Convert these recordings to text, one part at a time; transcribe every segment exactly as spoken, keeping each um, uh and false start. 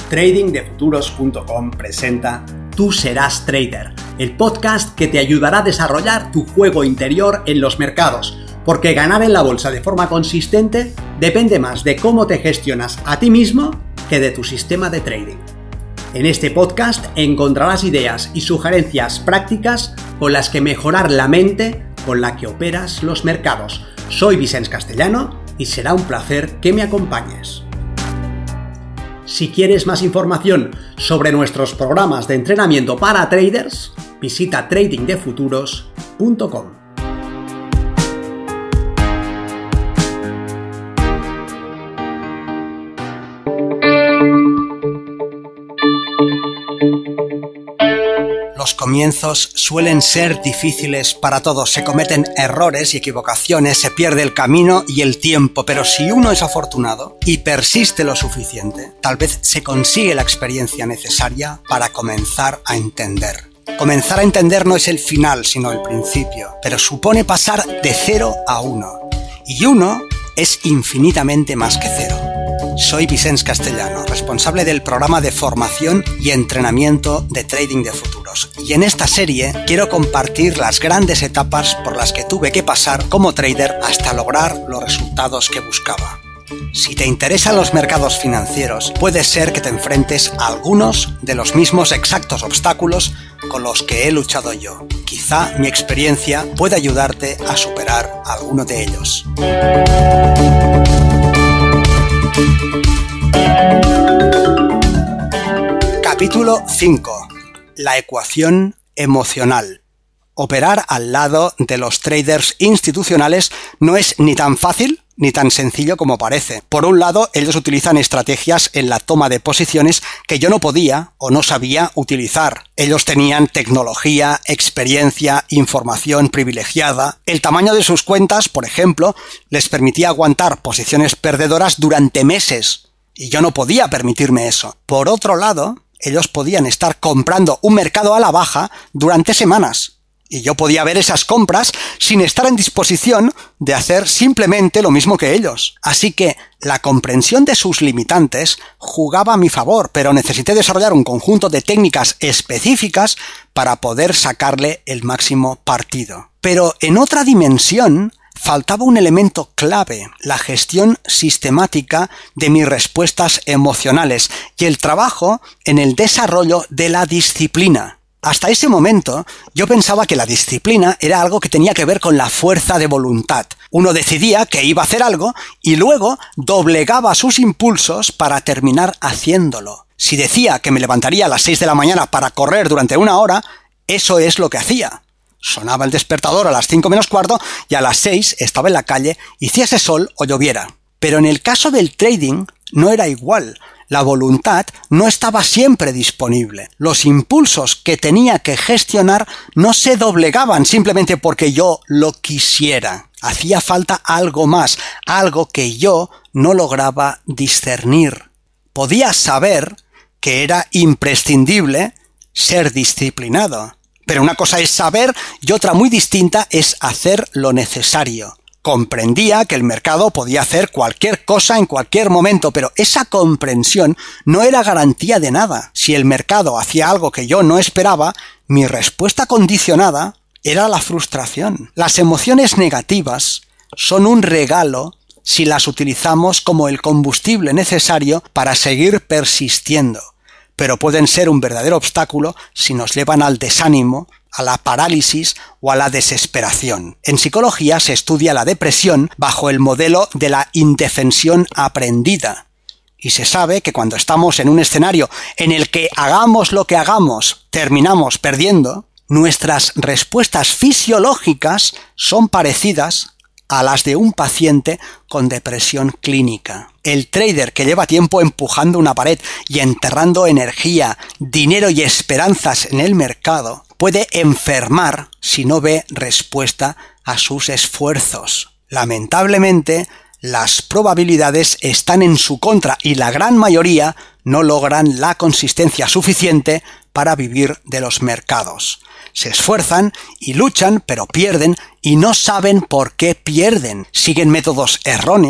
trading de futuros punto com presenta Tú serás trader, el podcast que te ayudará a desarrollar tu juego interior en los mercados, porque ganar en la bolsa de forma consistente depende más de cómo te gestionas a ti mismo que de tu sistema de trading. En este podcast encontrarás ideas y sugerencias prácticas con las que mejorar la mente con la que operas los mercados. Soy Vicens Castellano y será un placer que me acompañes. Si quieres más información sobre nuestros programas de entrenamiento para traders, visita trading de futuros punto com. Los comienzos suelen ser difíciles para todos, se cometen errores y equivocaciones, se pierde el camino y el tiempo, pero si uno es afortunado y persiste lo suficiente, tal vez se consigue la experiencia necesaria para comenzar a entender. Comenzar a entender no es el final, sino el principio, pero supone pasar de cero a uno, y uno es infinitamente más que cero. Soy Vicens Castellano, responsable del programa de formación y entrenamiento de Trading de Futuros. Y en esta serie quiero compartir las grandes etapas por las que tuve que pasar como trader hasta lograr los resultados que buscaba. Si te interesan los mercados financieros, puede ser que te enfrentes a algunos de los mismos exactos obstáculos con los que he luchado yo. Quizá mi experiencia pueda ayudarte a superar alguno de ellos. Capítulo cinco. La ecuación emocional. Operar al lado de los traders institucionales no es ni tan fácil ni tan sencillo como parece. Por un lado, ellos utilizan estrategias en la toma de posiciones que yo no podía o no sabía utilizar. Ellos tenían tecnología, experiencia, información privilegiada. El tamaño de sus cuentas, por ejemplo, les permitía aguantar posiciones perdedoras durante meses. Y yo no podía permitirme eso. Por otro lado, ellos podían estar comprando un mercado a la baja durante semanas. Y yo podía ver esas compras sin estar en disposición de hacer simplemente lo mismo que ellos. Así que la comprensión de sus limitantes jugaba a mi favor, pero necesité desarrollar un conjunto de técnicas específicas para poder sacarle el máximo partido. Pero en otra dimensión faltaba un elemento clave, la gestión sistemática de mis respuestas emocionales y el trabajo en el desarrollo de la disciplina. Hasta ese momento, yo pensaba que la disciplina era algo que tenía que ver con la fuerza de voluntad. Uno decidía que iba a hacer algo y luego doblegaba sus impulsos para terminar haciéndolo. Si decía que me levantaría a las seis de la mañana para correr durante una hora, eso es lo que hacía. Sonaba el despertador a las cinco menos cuarto y a las seis estaba en la calle, hiciese sol o lloviera. Pero en el caso del trading no era igual. La voluntad no estaba siempre disponible. Los impulsos que tenía que gestionar no se doblegaban simplemente porque yo lo quisiera. Hacía falta algo más, algo que yo no lograba discernir. Podía saber que era imprescindible ser disciplinado. Pero una cosa es saber y otra muy distinta es hacer lo necesario. Comprendía que el mercado podía hacer cualquier cosa en cualquier momento, pero esa comprensión no era garantía de nada. Si el mercado hacía algo que yo no esperaba, mi respuesta condicionada era la frustración. Las emociones negativas son un regalo si las utilizamos como el combustible necesario para seguir persistiendo, pero pueden ser un verdadero obstáculo si nos llevan al desánimo, a la parálisis o a la desesperación. En psicología se estudia la depresión bajo el modelo de la indefensión aprendida. Y se sabe que cuando estamos en un escenario en el que hagamos lo que hagamos, terminamos perdiendo, nuestras respuestas fisiológicas son parecidas a las de un paciente con depresión clínica. El trader que lleva tiempo empujando una pared y enterrando energía, dinero y esperanzas en el mercado puede enfermar si no ve respuesta a sus esfuerzos. Lamentablemente, las probabilidades están en su contra y la gran mayoría no logran la consistencia suficiente para vivir de los mercados. Se esfuerzan y luchan, pero pierden y no saben por qué pierden. Siguen métodos erróneos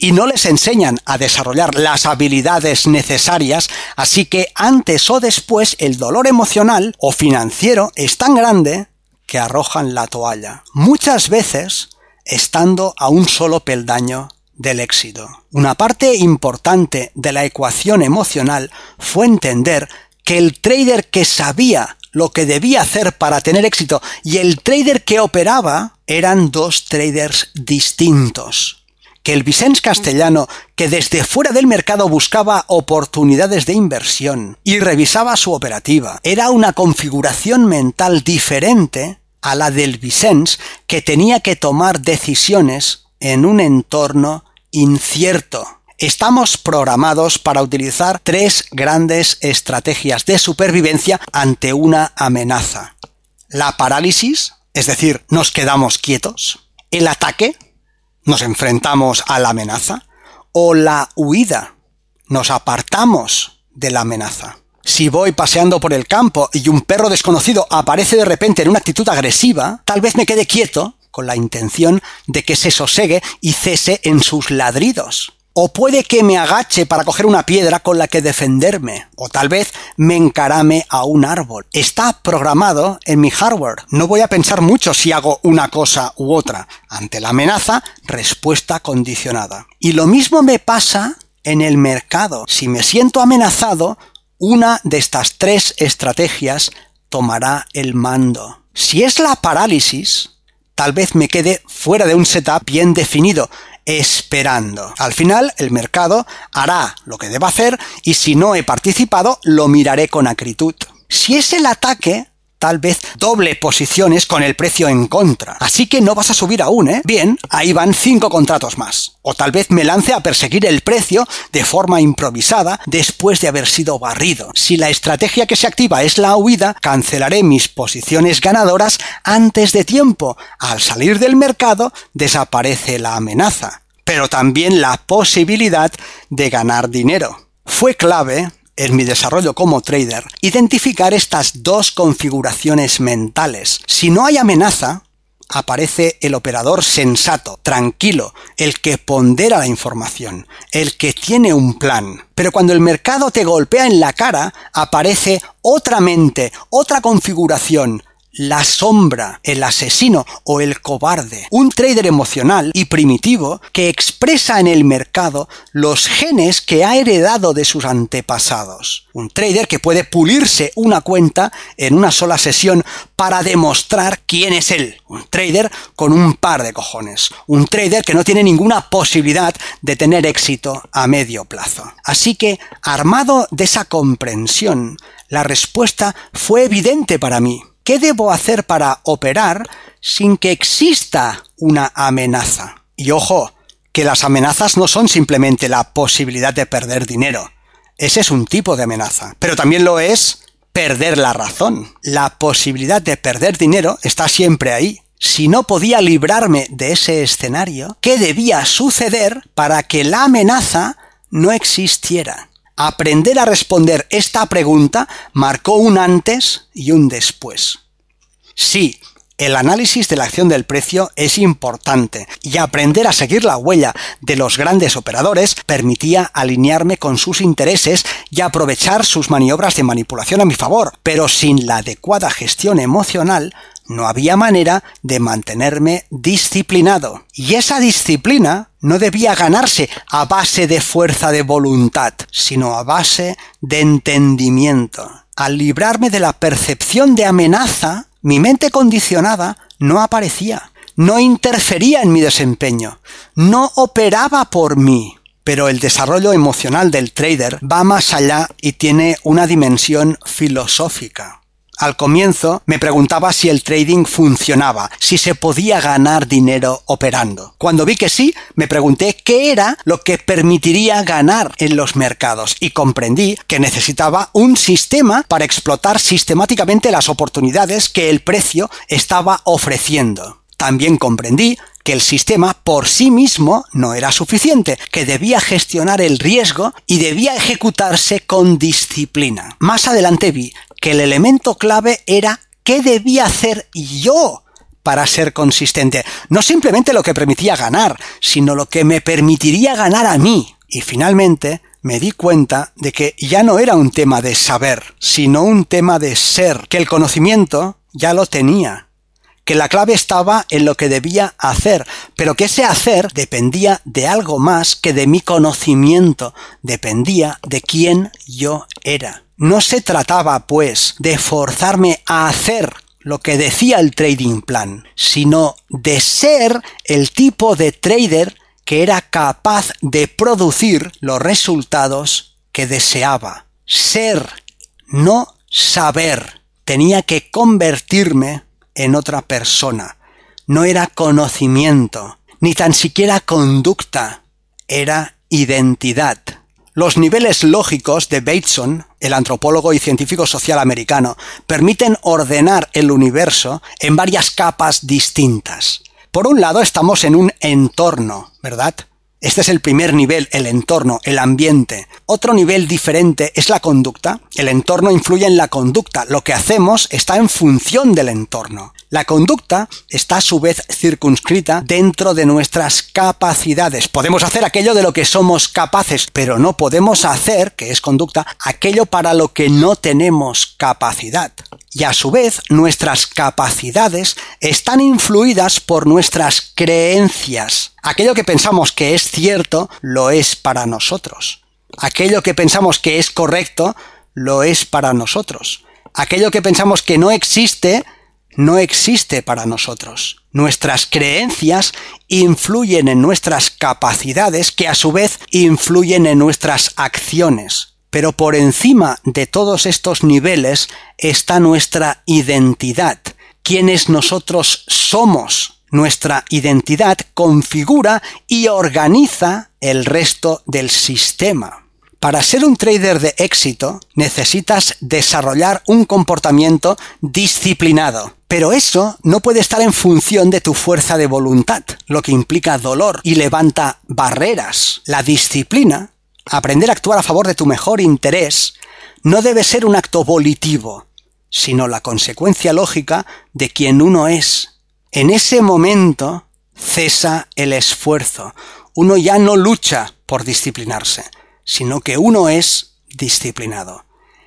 y no les enseñan a desarrollar las habilidades necesarias, así que antes o después el dolor emocional o financiero es tan grande que arrojan la toalla, muchas veces estando a un solo peldaño del éxito. Una parte importante de la ecuación emocional fue entender que el trader que sabía lo que debía hacer para tener éxito y el trader que operaba eran dos traders distintos. Que el Vicenç Castellano, que desde fuera del mercado buscaba oportunidades de inversión y revisaba su operativa, era una configuración mental diferente a la del Vicenç, que tenía que tomar decisiones en un entorno incierto. Estamos programados para utilizar tres grandes estrategias de supervivencia ante una amenaza. La parálisis, es decir, nos quedamos quietos. El ataque, nos enfrentamos a la amenaza. O la huida, nos apartamos de la amenaza. Si voy paseando por el campo y un perro desconocido aparece de repente en una actitud agresiva, tal vez me quede quieto con la intención de que se sosegue y cese en sus ladridos. O puede que me agache para coger una piedra con la que defenderme. O tal vez me encarame a un árbol. Está programado en mi hardware. No voy a pensar mucho si hago una cosa u otra. Ante la amenaza, respuesta condicionada. Y lo mismo me pasa en el mercado. Si me siento amenazado, una de estas tres estrategias tomará el mando. Si es la parálisis, tal vez me quede fuera de un setup bien definido, esperando. Al final, el mercado hará lo que deba hacer y si no he participado, lo miraré con acritud. Si es el ataque, tal vez doble posiciones con el precio en contra. Así que no vas a subir aún, ¿eh? Bien, ahí van cinco contratos más. O tal vez me lance a perseguir el precio de forma improvisada después de haber sido barrido. Si la estrategia que se activa es la huida, cancelaré mis posiciones ganadoras antes de tiempo. Al salir del mercado, desaparece la amenaza, pero también la posibilidad de ganar dinero. Fue clave en mi desarrollo como trader, identificar estas dos configuraciones mentales. Si no hay amenaza, aparece el operador sensato, tranquilo, el que pondera la información, el que tiene un plan. Pero cuando el mercado te golpea en la cara, aparece otra mente, otra configuración, la sombra, el asesino o el cobarde. Un trader emocional y primitivo que expresa en el mercado los genes que ha heredado de sus antepasados. Un trader que puede pulirse una cuenta en una sola sesión para demostrar quién es él. Un trader con un par de cojones. Un trader que no tiene ninguna posibilidad de tener éxito a medio plazo. Así que, armado de esa comprensión, la respuesta fue evidente para mí. ¿Qué debo hacer para operar sin que exista una amenaza? Y ojo, que las amenazas no son simplemente la posibilidad de perder dinero. Ese es un tipo de amenaza. Pero también lo es perder la razón. La posibilidad de perder dinero está siempre ahí. Si no podía librarme de ese escenario, ¿qué debía suceder para que la amenaza no existiera? Aprender a responder esta pregunta marcó un antes y un después. Sí, el análisis de la acción del precio es importante y aprender a seguir la huella de los grandes operadores permitía alinearme con sus intereses y aprovechar sus maniobras de manipulación a mi favor, pero sin la adecuada gestión emocional no había manera de mantenerme disciplinado. Y esa disciplina no debía ganarse a base de fuerza de voluntad, sino a base de entendimiento. Al librarme de la percepción de amenaza, mi mente condicionada no aparecía, no interfería en mi desempeño, no operaba por mí. Pero el desarrollo emocional del trader va más allá y tiene una dimensión filosófica. Al comienzo me preguntaba si el trading funcionaba, si se podía ganar dinero operando. Cuando vi que sí, me pregunté qué era lo que permitiría ganar en los mercados y comprendí que necesitaba un sistema para explotar sistemáticamente las oportunidades que el precio estaba ofreciendo. También comprendí que el sistema por sí mismo no era suficiente, que debía gestionar el riesgo y debía ejecutarse con disciplina. Más adelante vi que el elemento clave era qué debía hacer yo para ser consistente. No simplemente lo que permitía ganar, sino lo que me permitiría ganar a mí. Y finalmente me di cuenta de que ya no era un tema de saber, sino un tema de ser, que el conocimiento ya lo tenía, que la clave estaba en lo que debía hacer, pero que ese hacer dependía de algo más que de mi conocimiento, dependía de quién yo era. No se trataba, pues, de forzarme a hacer lo que decía el trading plan, sino de ser el tipo de trader que era capaz de producir los resultados que deseaba. Ser, no saber. Tenía que convertirme en otra persona. No era conocimiento, ni tan siquiera conducta, era identidad. Los niveles lógicos de Bateson, el antropólogo y científico social americano, permiten ordenar el universo en varias capas distintas. Por un lado estamos en un entorno, ¿verdad? Este es el primer nivel, el entorno, el ambiente. Otro nivel diferente es la conducta. El entorno influye en la conducta. Lo que hacemos está en función del entorno. La conducta está a su vez circunscrita dentro de nuestras capacidades. Podemos hacer aquello de lo que somos capaces, pero no podemos hacer, que es conducta, aquello para lo que no tenemos capacidad. Y a su vez, nuestras capacidades están influidas por nuestras creencias. Aquello que pensamos que es cierto, lo es para nosotros. Aquello que pensamos que es correcto, lo es para nosotros. Aquello que pensamos que no existe, no existe para nosotros. Nuestras creencias influyen en nuestras capacidades, que a su vez influyen en nuestras acciones. Pero por encima de todos estos niveles está nuestra identidad. ¿Quiénes nosotros somos? Nuestra identidad configura y organiza el resto del sistema. Para ser un trader de éxito, necesitas desarrollar un comportamiento disciplinado. Pero eso no puede estar en función de tu fuerza de voluntad, lo que implica dolor y levanta barreras. La disciplina, aprender a actuar a favor de tu mejor interés, no debe ser un acto volitivo, sino la consecuencia lógica de quien uno es. En ese momento cesa el esfuerzo. Uno ya no lucha por disciplinarse, sino que uno es disciplinado.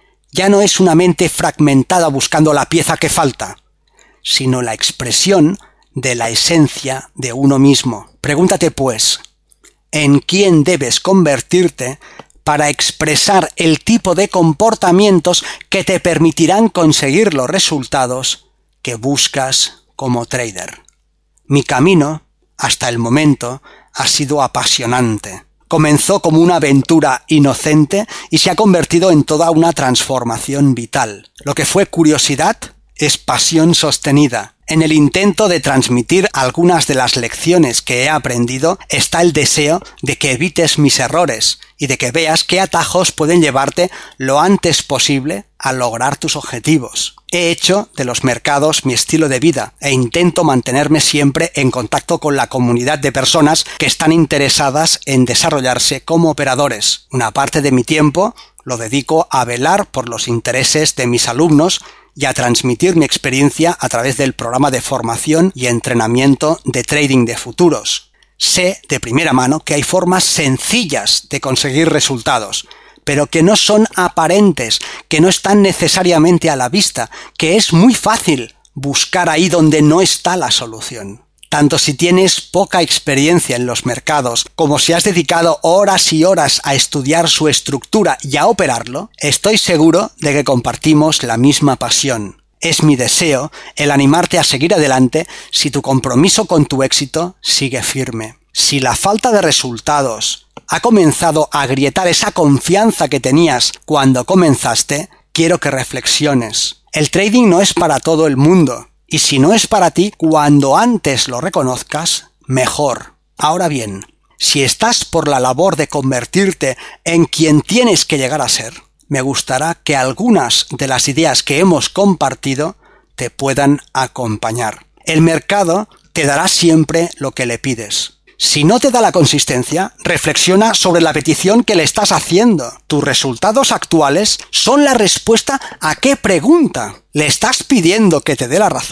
Ya no es una mente fragmentada buscando la pieza que falta, sino la expresión de la esencia de uno mismo. Pregúntate, pues, ¿en quién debes convertirte para expresar el tipo de comportamientos que te permitirán conseguir los resultados que buscas como trader? Mi camino, hasta el momento, ha sido apasionante. Comenzó como una aventura inocente y se ha convertido en toda una transformación vital. Lo que fue curiosidad es pasión sostenida. En el intento de transmitir algunas de las lecciones que he aprendido está el deseo de que evites mis errores y de que veas qué atajos pueden llevarte lo antes posible a lograr tus objetivos. He hecho de los mercados mi estilo de vida e intento mantenerme siempre en contacto con la comunidad de personas que están interesadas en desarrollarse como operadores. Una parte de mi tiempo lo dedico a velar por los intereses de mis alumnos y a transmitir mi experiencia a través del programa de formación y entrenamiento de trading de futuros. Sé de primera mano que hay formas sencillas de conseguir resultados, pero que no son aparentes, que no están necesariamente a la vista, que es muy fácil buscar ahí donde no está la solución. Tanto si tienes poca experiencia en los mercados como si has dedicado horas y horas a estudiar su estructura y a operarlo, estoy seguro de que compartimos la misma pasión. Es mi deseo el animarte a seguir adelante si tu compromiso con tu éxito sigue firme. Si la falta de resultados ha comenzado a agrietar esa confianza que tenías cuando comenzaste, quiero que reflexiones. El trading no es para todo el mundo. Y si no es para ti, cuando antes lo reconozcas, mejor. Ahora bien, si estás por la labor de convertirte en quien tienes que llegar a ser, me gustará que algunas de las ideas que hemos compartido te puedan acompañar. El mercado te dará siempre lo que le pides. Si no te da la consistencia, reflexiona sobre la petición que le estás haciendo. ¿Tus resultados actuales son la respuesta a qué pregunta? ¿Le estás pidiendo que te dé la razón?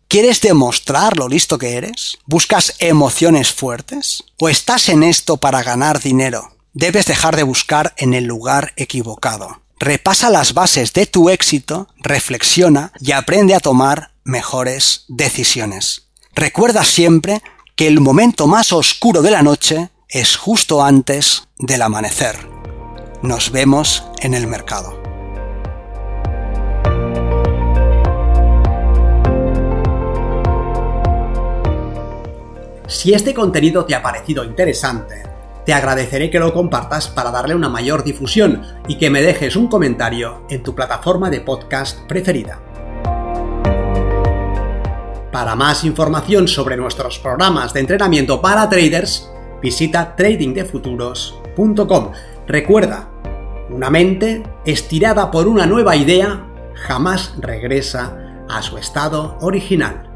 ¿Quieres demostrar lo listo que eres? ¿Buscas emociones fuertes? ¿O estás en esto para ganar dinero? Debes dejar de buscar en el lugar equivocado. Repasa las bases de tu éxito, reflexiona y aprende a tomar mejores decisiones. Recuerda siempre que el momento más oscuro de la noche es justo antes del amanecer. Nos vemos en el mercado. Si este contenido te ha parecido interesante, te agradeceré que lo compartas para darle una mayor difusión y que me dejes un comentario en tu plataforma de podcast preferida. Para más información sobre nuestros programas de entrenamiento para traders, visita trading de futuros punto com. Recuerda, una mente estirada por una nueva idea jamás regresa a su estado original.